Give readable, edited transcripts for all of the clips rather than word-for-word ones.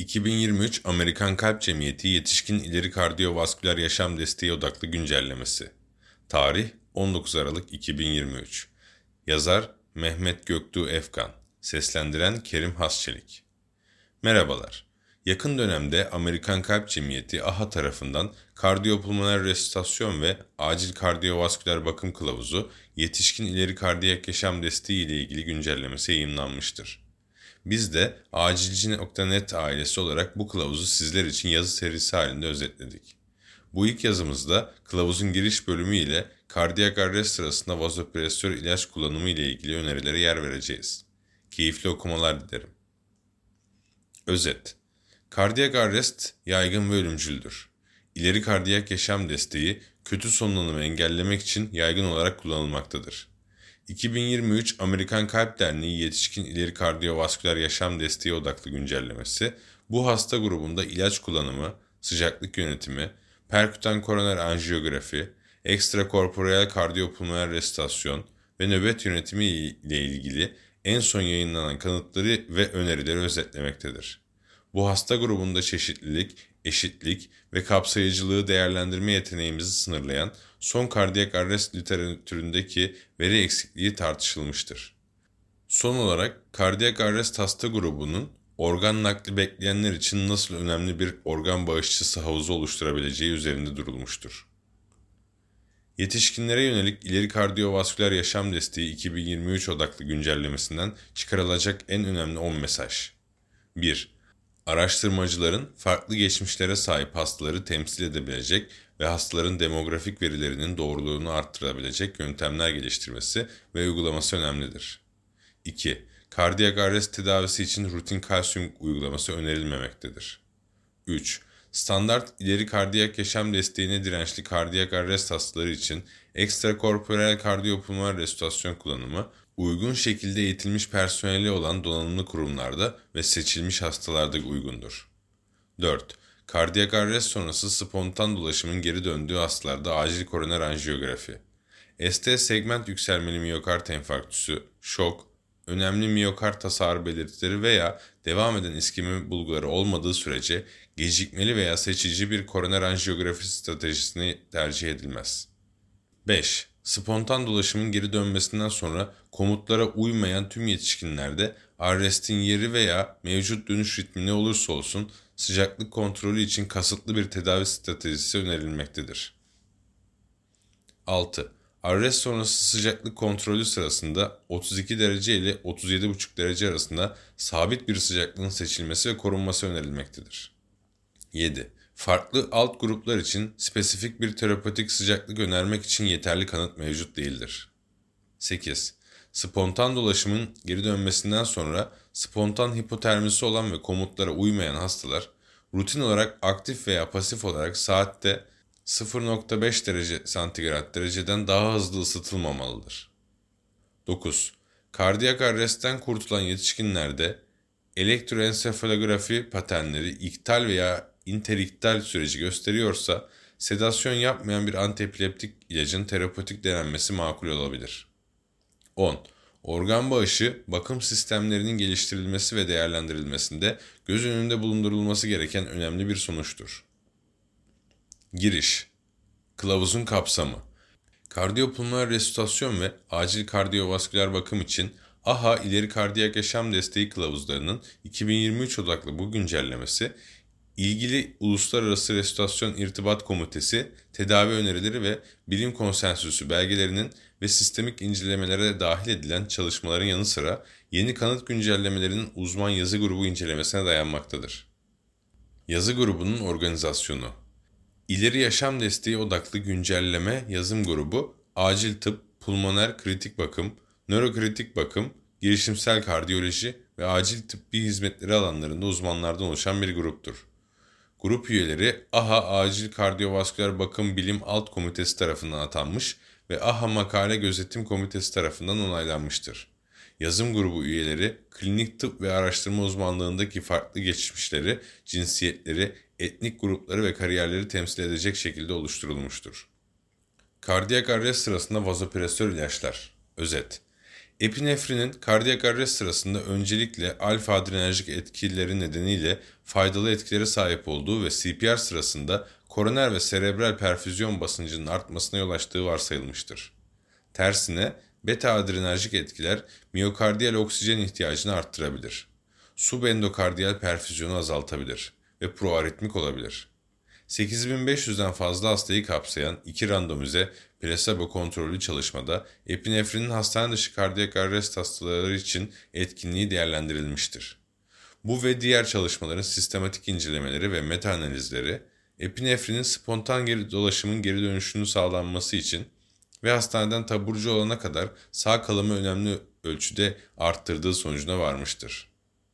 2023 Amerikan Kalp Cemiyeti Yetişkin İleri Kardiyovasküler Yaşam Desteği Odaklı Güncellemesi. Tarih 19 Aralık 2023. Yazar Mehmet Göktuğ Efkan. Seslendiren Kerim Hasçelik. Merhabalar. Yakın dönemde Amerikan Kalp Cemiyeti AHA tarafından Kardiyopulmoner Resüsitasyon ve Acil Kardiyovasküler Bakım Kılavuzu Yetişkin İleri Kardiyak Yaşam Desteği ile ilgili güncellemesi yayımlanmıştır. Biz de acilci.net ailesi olarak bu kılavuzu sizler için yazı serisi halinde özetledik. Bu ilk yazımızda kılavuzun giriş bölümü ile kardiyak arrest sırasında vazopresör ilaç kullanımı ile ilgili önerilere yer vereceğiz. Keyifli okumalar dilerim. Özet: kardiyak arrest yaygın ve ölümcüldür. İleri kardiyak yaşam desteği kötü sonlanımı engellemek için yaygın olarak kullanılmaktadır. 2023 Amerikan Kalp Derneği Yetişkin İleri Kardiyovasküler Yaşam Desteği Odaklı Güncellemesi, bu hasta grubunda ilaç kullanımı, sıcaklık yönetimi, perkütan koroner anjiyografi, ekstrakorporeal kardiyopulmoner resüsitasyon ve nöbet yönetimi ile ilgili en son yayınlanan kanıtları ve önerileri özetlemektedir. Bu hasta grubunda çeşitlilik, eşitlik ve kapsayıcılığı değerlendirme yeteneğimizi sınırlayan son kardiyak arrest literatüründeki veri eksikliği tartışılmıştır. Son olarak kardiyak arrest hasta grubunun organ nakli bekleyenler için nasıl önemli bir organ bağışçısı havuzu oluşturabileceği üzerinde durulmuştur. Yetişkinlere yönelik ileri kardiyovasküler yaşam desteği 2023 odaklı güncellemesinden çıkarılacak en önemli 10 mesaj. 1. Araştırmacıların farklı geçmişlere sahip hastaları temsil edebilecek ve hastaların demografik verilerinin doğruluğunu arttırabilecek yöntemler geliştirmesi ve uygulaması önemlidir. 2. Kardiyak arrest tedavisi için rutin kalsiyum uygulaması önerilmemektedir. 3. Standart ileri kardiyak yaşam desteğine dirençli kardiyak arrest hastaları için ekstrakorporeal kardiyopulmoner resüsitasyon kullanımı, uygun şekilde eğitilmiş personeli olan donanımlı kurumlarda ve seçilmiş hastalarda uygundur. 4. Kardiyak arrest sonrası spontan dolaşımın geri döndüğü hastalarda acil koroner anjiyografi. ST segment yükselmeli miyokard enfarktüsü, şok, önemli miyokard hasarı belirtileri veya devam eden iskemi bulguları olmadığı sürece gecikmeli veya seçici bir koroner anjiyografi stratejisini tercih edilmez. 5. Spontan dolaşımın geri dönmesinden sonra komutlara uymayan tüm yetişkinlerde arrestin yeri veya mevcut dönüş ritmi ne olursa olsun sıcaklık kontrolü için kasıtlı bir tedavi stratejisi önerilmektedir. 6. Arrest sonrası sıcaklık kontrolü sırasında 32 derece ile 37,5 derece arasında sabit bir sıcaklığın seçilmesi ve korunması önerilmektedir. 7. Farklı alt gruplar için spesifik bir terapötik sıcaklık önermek için yeterli kanıt mevcut değildir. 8. Spontan dolaşımın geri dönmesinden sonra spontan hipotermisi olan ve komutlara uymayan hastalar rutin olarak aktif veya pasif olarak saatte 0,5 derece santigrat dereceden daha hızlı ısıtılmamalıdır. 9. Kardiyak arrestten kurtulan yetişkinlerde elektroensefalografi paternleri iktal veya interiktal süreci gösteriyorsa sedasyon yapmayan bir antiepileptik ilacın terapötik denenmesi makul olabilir. 10. Organ bağışı, bakım sistemlerinin geliştirilmesi ve değerlendirilmesinde göz önünde bulundurulması gereken önemli bir sonuçtur. Giriş. Kılavuzun kapsamı. Kardiyopulmoner resüsitasyon ve acil kardiyovasküler bakım için AHA İleri Kardiyak Yaşam Desteği Kılavuzlarının 2023 odaklı bu güncellemesi, ilgili Uluslararası Resüsitasyon İrtibat Komitesi, tedavi önerileri ve bilim konsensüsü belgelerinin ve sistemik incelemelere dahil edilen çalışmaların yanı sıra yeni kanıt güncellemelerinin uzman yazı grubu incelemesine dayanmaktadır. Yazı grubunun organizasyonu. İleri yaşam desteği odaklı güncelleme yazım grubu, acil tıp, pulmoner kritik bakım, nörokritik bakım, girişimsel kardiyoloji ve acil tıbbi hizmetleri alanlarında uzmanlardan oluşan bir gruptur. Grup üyeleri AHA Acil Kardiyovasküler Bakım Bilim Alt Komitesi tarafından atanmış ve AHA Makale Gözetim Komitesi tarafından onaylanmıştır. Yazım grubu üyeleri klinik tıp ve araştırma uzmanlığındaki farklı geçmişleri, cinsiyetleri, etnik grupları ve kariyerleri temsil edecek şekilde oluşturulmuştur. Kardiyak arrest sırasında vazopresör ilaçlar. Özet: Epinefrinin kardiyak arrest sırasında öncelikle alfa adrenerjik etkileri nedeniyle faydalı etkilere sahip olduğu ve CPR sırasında koroner ve serebral perfüzyon basıncının artmasına yol açtığı varsayılmıştır. Tersine beta adrenerjik etkiler miyokardiyal oksijen ihtiyacını arttırabilir. Subendokardiyal perfüzyonu azaltabilir ve proaritmik olabilir. 8500'den fazla hastayı kapsayan iki randomize plasebo kontrollü çalışmada epinefrinin hastane dışı kardiyak arrest hastaları için etkinliği değerlendirilmiştir. Bu ve diğer çalışmaların sistematik incelemeleri ve meta-analizleri epinefrinin spontan geri dolaşımın geri dönüşünü sağlanması için ve hastaneden taburcu olana kadar sağ kalımı önemli ölçüde arttırdığı sonucuna varmıştır.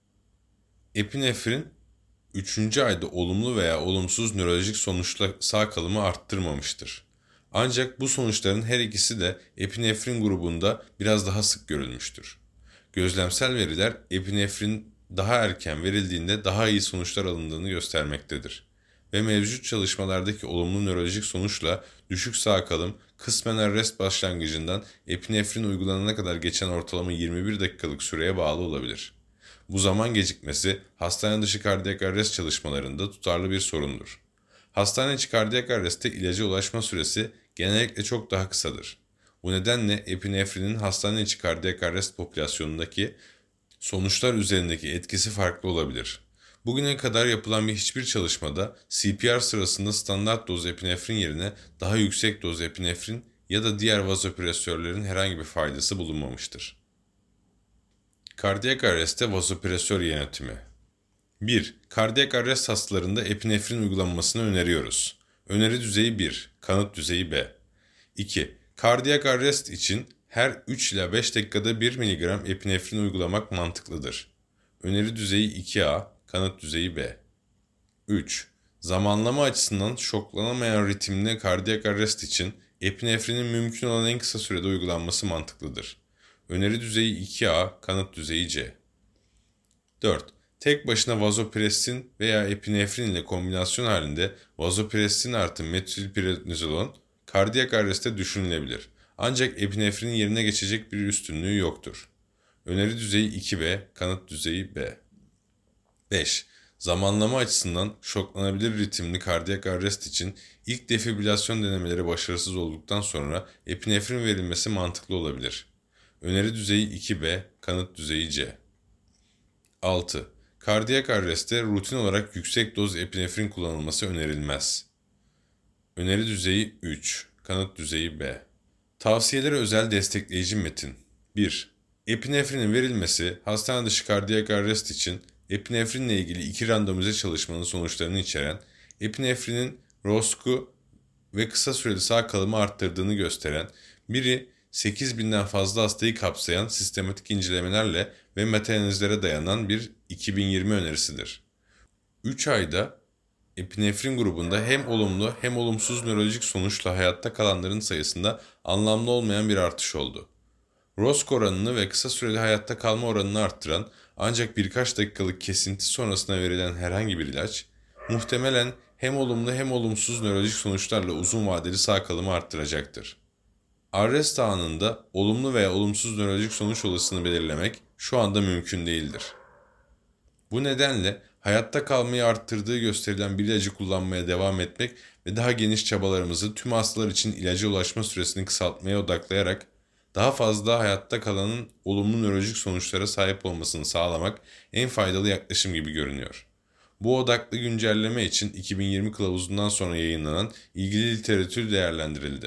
Epinefrin 3. ayda olumlu veya olumsuz nörolojik sonuçla sağ kalımı arttırmamıştır. Ancak bu sonuçların her ikisi de epinefrin grubunda biraz daha sık görülmüştür. Gözlemsel veriler epinefrin daha erken verildiğinde daha iyi sonuçlar alındığını göstermektedir. Ve mevcut çalışmalardaki olumlu nörolojik sonuçla düşük sağ kalım kısmen arrest başlangıcından epinefrin uygulanana kadar geçen ortalama 21 dakikalık süreye bağlı olabilir. Bu zaman gecikmesi hastane dışı kardiyak arrest çalışmalarında tutarlı bir sorundur. Hastane içi kardiyak arrestte ilaca ulaşma süresi genellikle çok daha kısadır. Bu nedenle epinefrinin hastane içi kardiyak arrest popülasyonundaki sonuçlar üzerindeki etkisi farklı olabilir. Bugüne kadar yapılan hiçbir çalışmada CPR sırasında standart doz epinefrin yerine daha yüksek doz epinefrin ya da diğer vazopresörlerin herhangi bir faydası bulunmamıştır. Kardiyak arrestte vazopresör yönetimi. 1. Kardiyak arrest hastalarında epinefrin uygulanmasını öneriyoruz. Öneri düzeyi 1, kanıt düzeyi B. 2. Kardiyak arrest için her 3 ila 5 dakikada 1 mg epinefrin uygulamak mantıklıdır. Öneri düzeyi 2A, kanıt düzeyi B. 3. Zamanlama açısından şoklanamayan ritimli kardiyak arrest için epinefrinin mümkün olan en kısa sürede uygulanması mantıklıdır. Öneri düzeyi 2A, kanıt düzeyi C. 4. Tek başına vazopressin veya epinefrin ile kombinasyon halinde vazopressin artı metilprednizolon kardiyak arreste düşünülebilir. Ancak epinefrinin yerine geçecek bir üstünlüğü yoktur. Öneri düzeyi 2B, kanıt düzeyi B. 5. Zamanlama açısından şoklanabilir ritimli kardiyak arrest için ilk defibrilasyon denemeleri başarısız olduktan sonra epinefrin verilmesi mantıklı olabilir. Öneri düzeyi 2B, kanıt düzeyi C. 6. Kardiyak arrestte rutin olarak yüksek doz epinefrin kullanılması önerilmez. Öneri düzeyi 3, kanıt düzeyi B. Tavsiyelere özel destekleyici metin. 1. Epinefrinin verilmesi hastane dışı kardiyak arrest için epinefrinle ilgili iki randomize çalışmanın sonuçlarını içeren, epinefrinin ROSC'u ve kısa süreli sağ kalımı arttırdığını gösteren, biri 8.000'den fazla hastayı kapsayan sistematik incelemelerle ve meta-analizlere dayanan bir 2020 önerisidir. 3 ayda epinefrin grubunda hem olumlu hem olumsuz nörolojik sonuçla hayatta kalanların sayısında anlamlı olmayan bir artış oldu. ROSC oranını ve kısa süreli hayatta kalma oranını arttıran ancak birkaç dakikalık kesinti sonrasında verilen herhangi bir ilaç, muhtemelen hem olumlu hem olumsuz nörolojik sonuçlarla uzun vadeli sağ kalımı arttıracaktır. Arrest anında olumlu veya olumsuz nörolojik sonuç olasılığını belirlemek şu anda mümkün değildir. Bu nedenle hayatta kalmayı arttırdığı gösterilen bir ilacı kullanmaya devam etmek ve daha geniş çabalarımızı tüm hastalar için ilaca ulaşma süresini kısaltmaya odaklayarak daha fazla hayatta kalanın olumlu nörolojik sonuçlara sahip olmasını sağlamak en faydalı yaklaşım gibi görünüyor. Bu odaklı güncelleme için 2020 kılavuzundan sonra yayınlanan ilgili literatür değerlendirildi.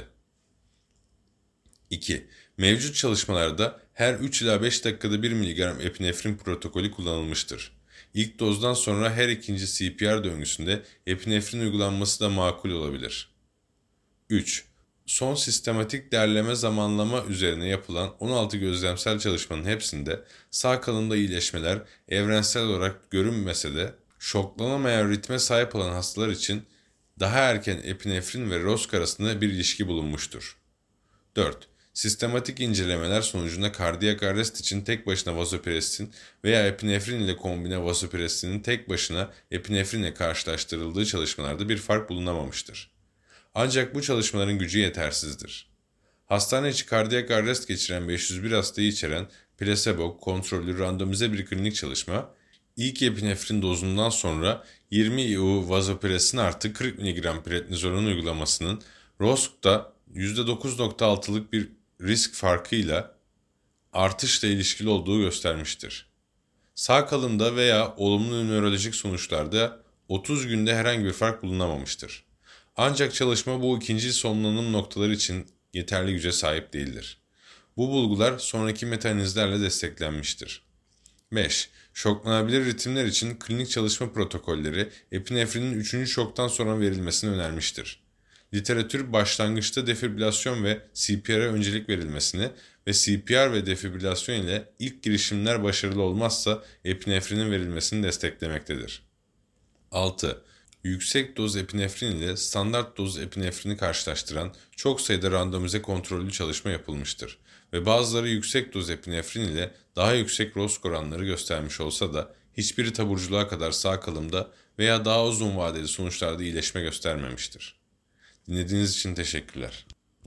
2. Mevcut çalışmalarda her 3 ila 5 dakikada 1 mg epinefrin protokolü kullanılmıştır. İlk dozdan sonra her ikinci CPR döngüsünde epinefrin uygulanması da makul olabilir. 3. Son sistematik derleme zamanlama üzerine yapılan 16 gözlemsel çalışmanın hepsinde sağ kalımda iyileşmeler evrensel olarak görünmese de şoklanamayan ritme sahip olan hastalar için daha erken epinefrin ve ROSC arasında bir ilişki bulunmuştur. 4. Sistematik incelemeler sonucunda kardiyak arrest için tek başına vazopressin veya epinefrin ile kombine vazopressinin tek başına epinefrin ile karşılaştırıldığı çalışmalarda bir fark bulunamamıştır. Ancak bu çalışmaların gücü yetersizdir. Hastane içi kardiyak arrest geçiren 501 hastayı içeren plasebo kontrollü randomize bir klinik çalışma, ilk epinefrin dozundan sonra 20 IU vazopresin artı 40 mg prednizolon uygulamasının ROSC'da %9.6'lık bir risk farkıyla artışla ilişkili olduğu göstermiştir. Sağ kalımda veya olumlu nörolojik sonuçlarda 30 günde herhangi bir fark bulunamamıştır. Ancak çalışma bu ikinci sonlanım noktaları için yeterli güce sahip değildir. Bu bulgular sonraki metaanalizlerle desteklenmiştir. 5. Şoklanabilir ritimler için klinik çalışma protokolleri epinefrinin 3. şoktan sonra verilmesini önermiştir. Literatür başlangıçta defibrilasyon ve CPR'e öncelik verilmesini ve CPR ve defibrilasyon ile ilk girişimler başarılı olmazsa epinefrinin verilmesini desteklemektedir. 6. Yüksek doz epinefrin ile standart doz epinefrini karşılaştıran çok sayıda randomize kontrollü çalışma yapılmıştır ve bazıları yüksek doz epinefrin ile daha yüksek ROSC oranları göstermiş olsa da hiçbiri taburculuğa kadar sağ kalımda veya daha uzun vadeli sonuçlarda iyileşme göstermemiştir. Dinlediğiniz için teşekkürler.